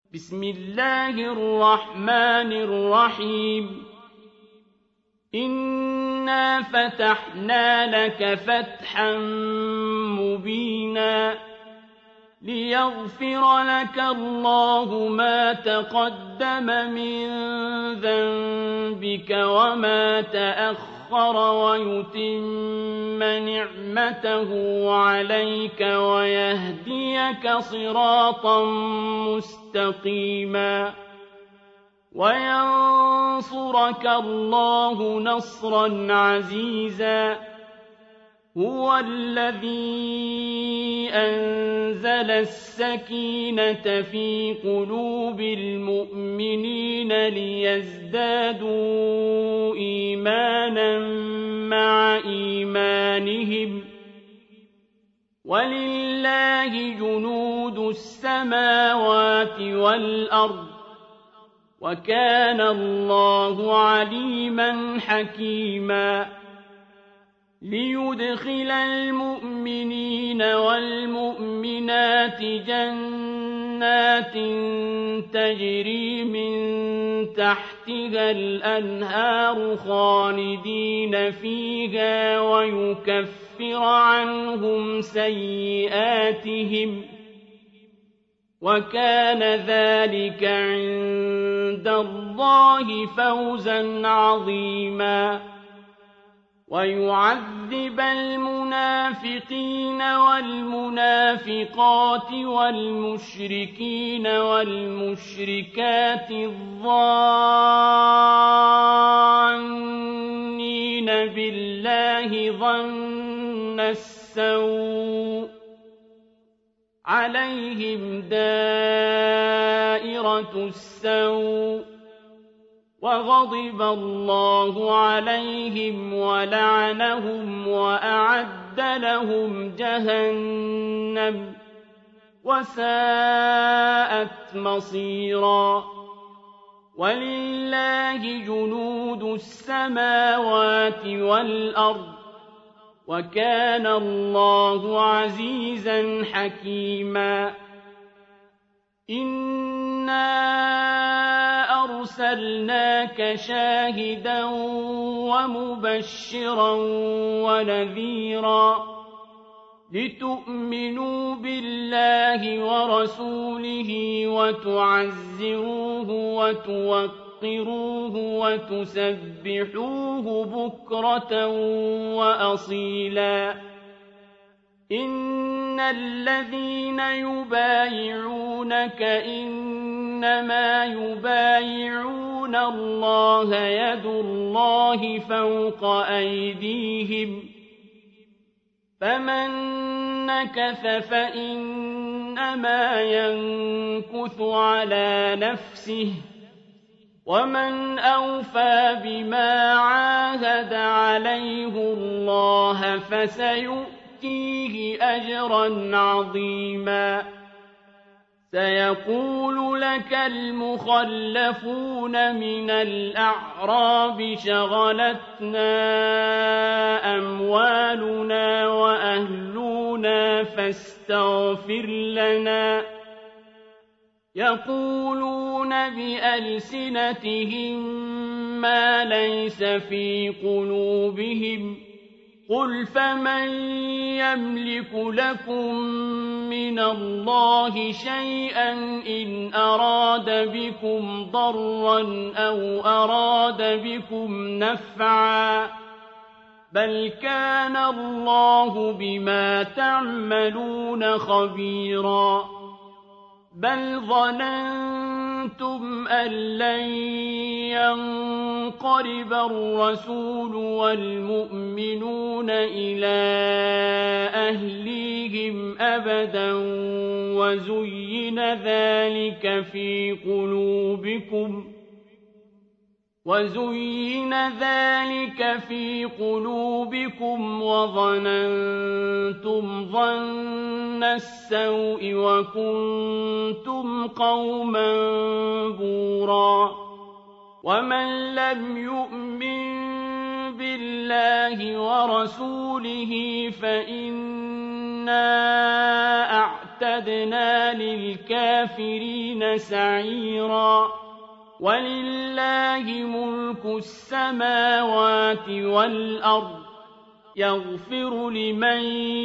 بسم الله الرحمن الرحيم إنا فتحنا لك فتحا مبينا ليغفر لك الله ما تقدم من ذنبك وما تأخر ويتم نعمته عليك ويهديك صراطا مستقيما وينصرك الله نصرا عزيزا هو الذي أنزل السكينة في قلوب المؤمنين ليزدادوا إيمانا مع إيمانهم ولله جنود السماوات والأرض وكان الله عليما حكيما ليدخل المؤمنين والمؤمنات جنات تجري من تحتها الأنهار خالدين فيها ويكفر عنهم سيئاتهم وكان ذلك عند الله فوزا عظيما ويعذب المنافقين والمنافقات والمشركين والمشركات الظانين بالله ظن السوء عليهم دائرة السوء وغضب الله عليهم ولعنهم وأعد لهم جهنم وساءت مصيرا ولله جنود السماوات والأرض وكان الله عزيزا حكيما إنا أرسلناك شاهدا ومبشرا ونذيرا لتؤمنوا بالله ورسوله وتعزروه وتوقروه وتسبحوه بكرة وأصيلا إن الذين يبايعونك إنما يبايعون الله يد الله فوق أيديهم فمن نكث فإنما ينكث على نفسه ومن أوفى بما عاهد عليه الله فسيؤتيه أجرا عظيما سيقول لك المخلفون من الأعراب شغلتنا أموالنا وأهلنا فاستغفر لنا يقولون بألسنتهم ما ليس في قلوبهم قل فمن يملك لكم من الله شيئا إن أراد بكم ضرا أو أراد بكم نفعا بل كان الله بما تعملون خبيرا بل ظننتم أن لن ينقلب الرسول والمؤمنون إلى أهليهم أبدا وزين ذلك في قلوبكم وظننتم ظن السوء وكنتم قوما بورا ومن لم يؤمن بالله ورسوله فإنا أعتقد وَأَعْتَدْنَا لِلْكَافِرِينَ سَعِيرًا وَلِلَّهِ مُلْكُ السَّمَاوَاتِ وَالْأَرْضِ يَغْفِرُ لِمَن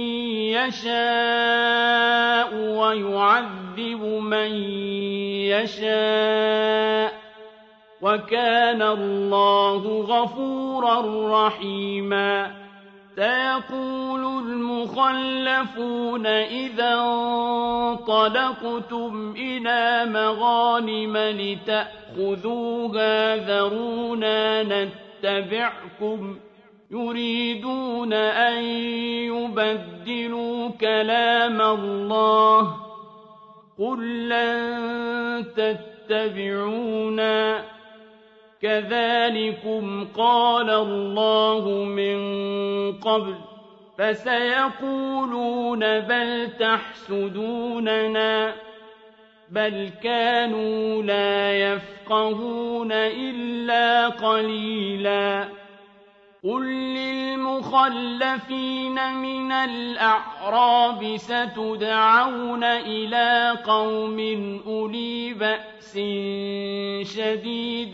يَشَاءُ وَيُعَذِّبُ مَن يَشَاءُ ۚ وَكَانَ اللَّهُ غَفُورًا رَّحِيمًا سَيَقُولُ الْمُخَلَّفُونَ إِذَا انطَلَقْتُمْ إِلَىٰ مَغَانِمَ لِتَأْخُذُوهَا ذَرُونَا نَتَّبِعْكُمْ ۖ يُرِيدُونَ أَن يُبَدِّلُوا كَلَامَ اللَّهِ ۚ قُل لَّن تَتَّبِعُونَا كَذَٰلِكُمْ قَالَ اللَّهُ مِن قَبْلُ ۖ فَسَيَقُولُونَ بَلْ تَحْسُدُونَنَا ۚ بَلْ كَانُوا لَا يَفْقَهُونَ إِلَّا قَلِيلًا قُل لِّلْمُخَلَّفِينَ مِنَ الْأَعْرَابِ سَتُدْعَوْنَ إِلَىٰ قَوْمٍ أُولِي بَأْسٍ شَدِيدٍ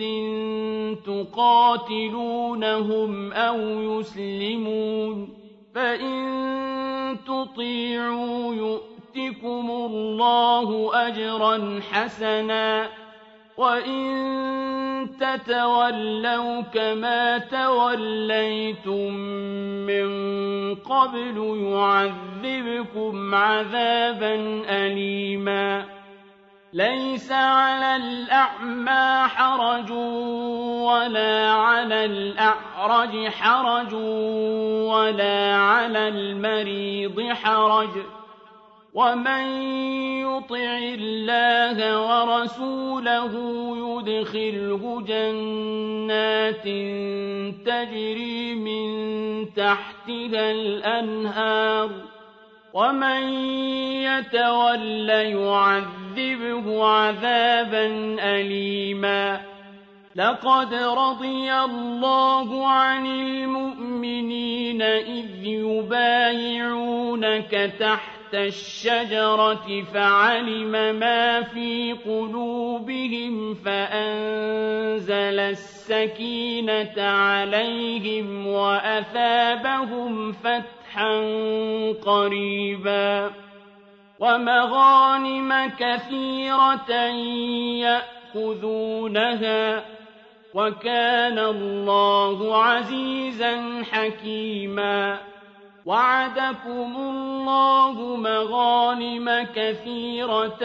تُقَاتِلُونَهُمْ أَوْ يُسْلِمُونَ ۖ فَإِن تُطِيعُوا يُؤْتِكُمُ اللَّهُ أَجْرًا حَسَنًا ۖ وَإِن تَتَوَلَّوْا كَمَا تَوَلَّيْتُم مِّن قَبْلُ يُعَذِّبْكُمْ عَذَابًا أَلِيمًا لَيْسَ عَلَى الْأَعْمَىٰ حَرَجٌ وَلَا عَلَى الْأَعْرَجِ حَرَجٌ وَلَا عَلَى الْمَرِيضِ حَرَجٌ ۗ وَمَن يُطِعِ اللَّهَ وَرَسُولَهُ يُدْخِلْهُ جَنَّاتٍ تَجْرِي مِن تَحْتِهَا الْأَنْهَارُ ۖ وَمَن يَتَوَلَّ يُعَذِّبْهُ عَذَابًا أَلِيمًا لَقَدْ رَضِيَ اللَّهُ عَنِ الْمُؤْمِنِينَ إِذْ يُبَايِعُونَكَ تَحْتَ الشَّجَرَةِ فَعَلِمَ مَا فِي قُلُوبِهِمْ فَأَنزَلَ السَّكِينَةَ عَلَيْهِمْ وَأَثَابَهُمْ فَتْحًا قَرِيبًا وَمَغَانِمَ كَثِيرَةً يَأْخُذُونَهَا ۗ وَكَانَ اللَّهُ عَزِيزًا حَكِيمًا وَعَدَكُمُ اللَّهُ مَغَانِمَ كَثِيرَةً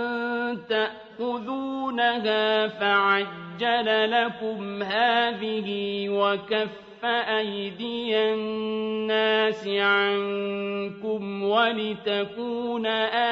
تَأْخُذُونَهَا فَعَجَّلَ لَكُمْ هَٰذِهِ وَكَفَّ أَيْدِيَ النَّاسِ عَنكُمْ وَلِتَكُونَ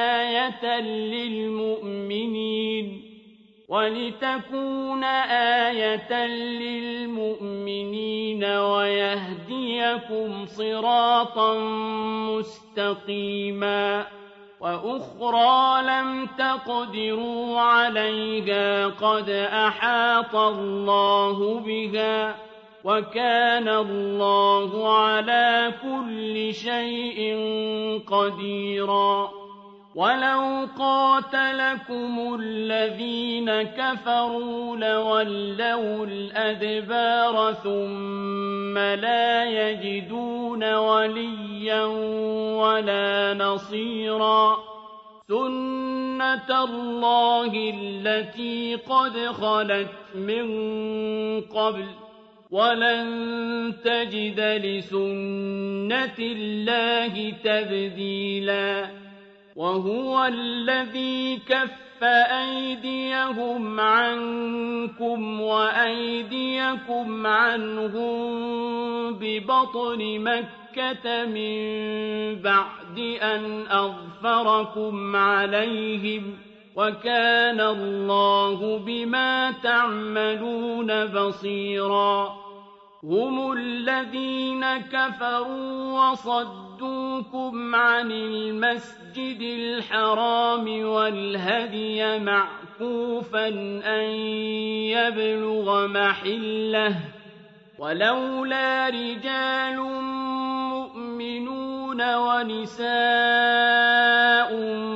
آيَةً لِّلْمُؤْمِنِينَ وَيَهْدِيَكُمْ صِرَاطًا مُّسْتَقِيمًا وَأُخْرَىٰ لَمْ تَقْدِرُوا عَلَيْهَا قَدْ أَحَاطَ اللَّهُ بِهَا ۚ وَكَانَ اللَّهُ عَلَىٰ كُلِّ شَيْءٍ قَدِيرًا وَلَوْ قَاتَلَكُمُ الَّذِينَ كَفَرُوا لَوَلَّوُا الْأَدْبَارَ ثُمَّ لَا يَجِدُونَ وَلِيًّا وَلَا نَصِيرًا سُنَّةَ اللَّهِ الَّتِي قَدْ خَلَتْ مِن قَبْلُ ۖ وَلَن تَجِدَ لِسُنَّةِ اللَّهِ تَبْدِيلًا وَهُوَ الَّذِي كَفَّ أَيْدِيَهُمْ عَنكُمْ وَأَيْدِيَكُمْ عَنْهُم بِبَطْنِ مَكَّةَ مِن بَعْدِ أَنْ أَظْفَرَكُمْ عَلَيْهِمْ ۚ وَكَانَ اللَّهُ بِمَا تَعْمَلُونَ بَصِيرًا هُمُ الَّذِينَ كَفَرُوا وَصَدُّوكُمْ عَنِ الْمَسْجِدِ الْحَرَامِ وَالْهَدْيَ مَعْكُوفًا أَن يَبْلُغَ مَحِلَّهُ ۚ وَلَوْلَا رِجَالٌ مُّؤْمِنُونَ ونساء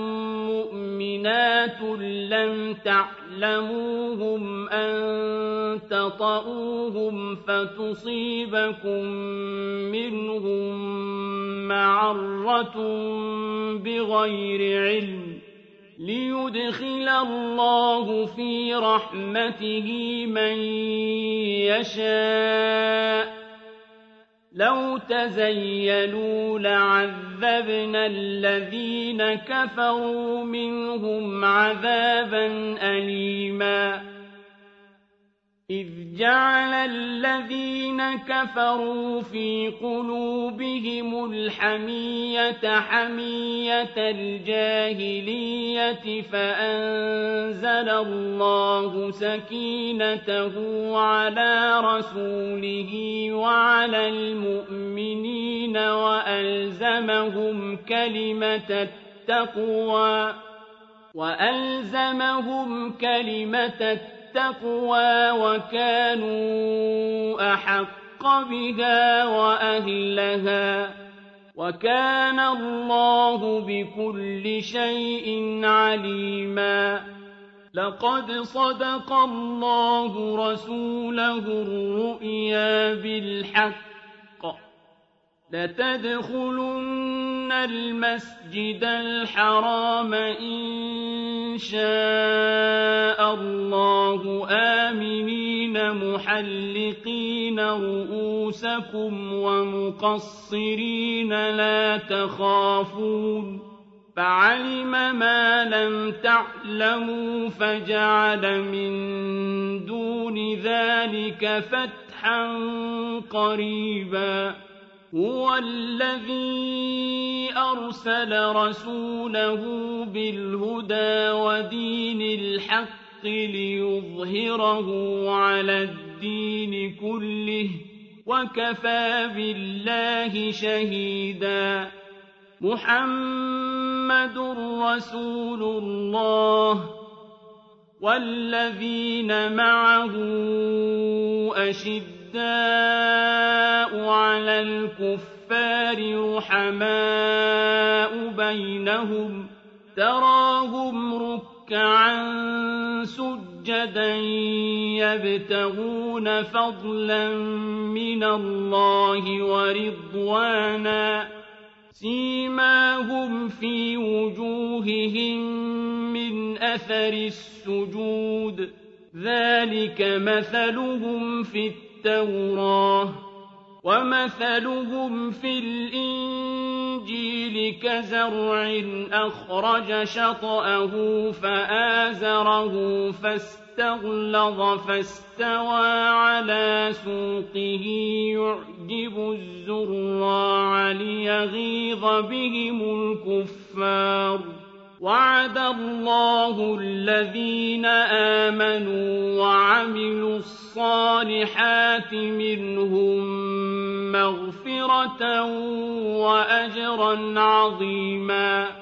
مؤمنات لم تعلموهم أن تطؤوهم فتصيبكم منهم معرة بغير علم ليدخل الله في رحمته من يشاء لو تزيلوا لعذبنا الذين كفروا منهم عذابا أليما إذ جعل الذين كفروا في قلوبهم الحمية حمية الجاهلية فأنزل الله سكينته على رسوله وعلى المؤمنين وألزمهم كلمة التقوى وكانوا أحق بها وأهلها وكان الله بكل شيء عليما لقد صدق الله رسوله الرؤيا بالحق لتدخلن المسجد الحرام إن شاء الله آمنين محلقين رؤوسكم ومقصرين لا تخافون فعلم ما لم تعلموا فجعل من دون ذلك فتحا قريبا هو الذي أرسل رسوله بالهدى ودين الحق ليظهره على الدين كله وكفى بالله شهيدا محمد رسول الله والذين معه أشداء على الكفار رحماء بينهم تراهم ركعا سجدا يبتغون فضلا من الله ورضوانا سيماهم في وجوههم من أثر السجود ذلك مثلهم في التوراة ومثلهم في الإنجيل كزرع أخرج شطأه فآزره فاستغلظ فاستوى على سوقه يعجب الزراع ليغيظ بهم الكفار وعد الله الذين آمنوا وعملوا الصالحات منهم مغفرة وأجرا عظيما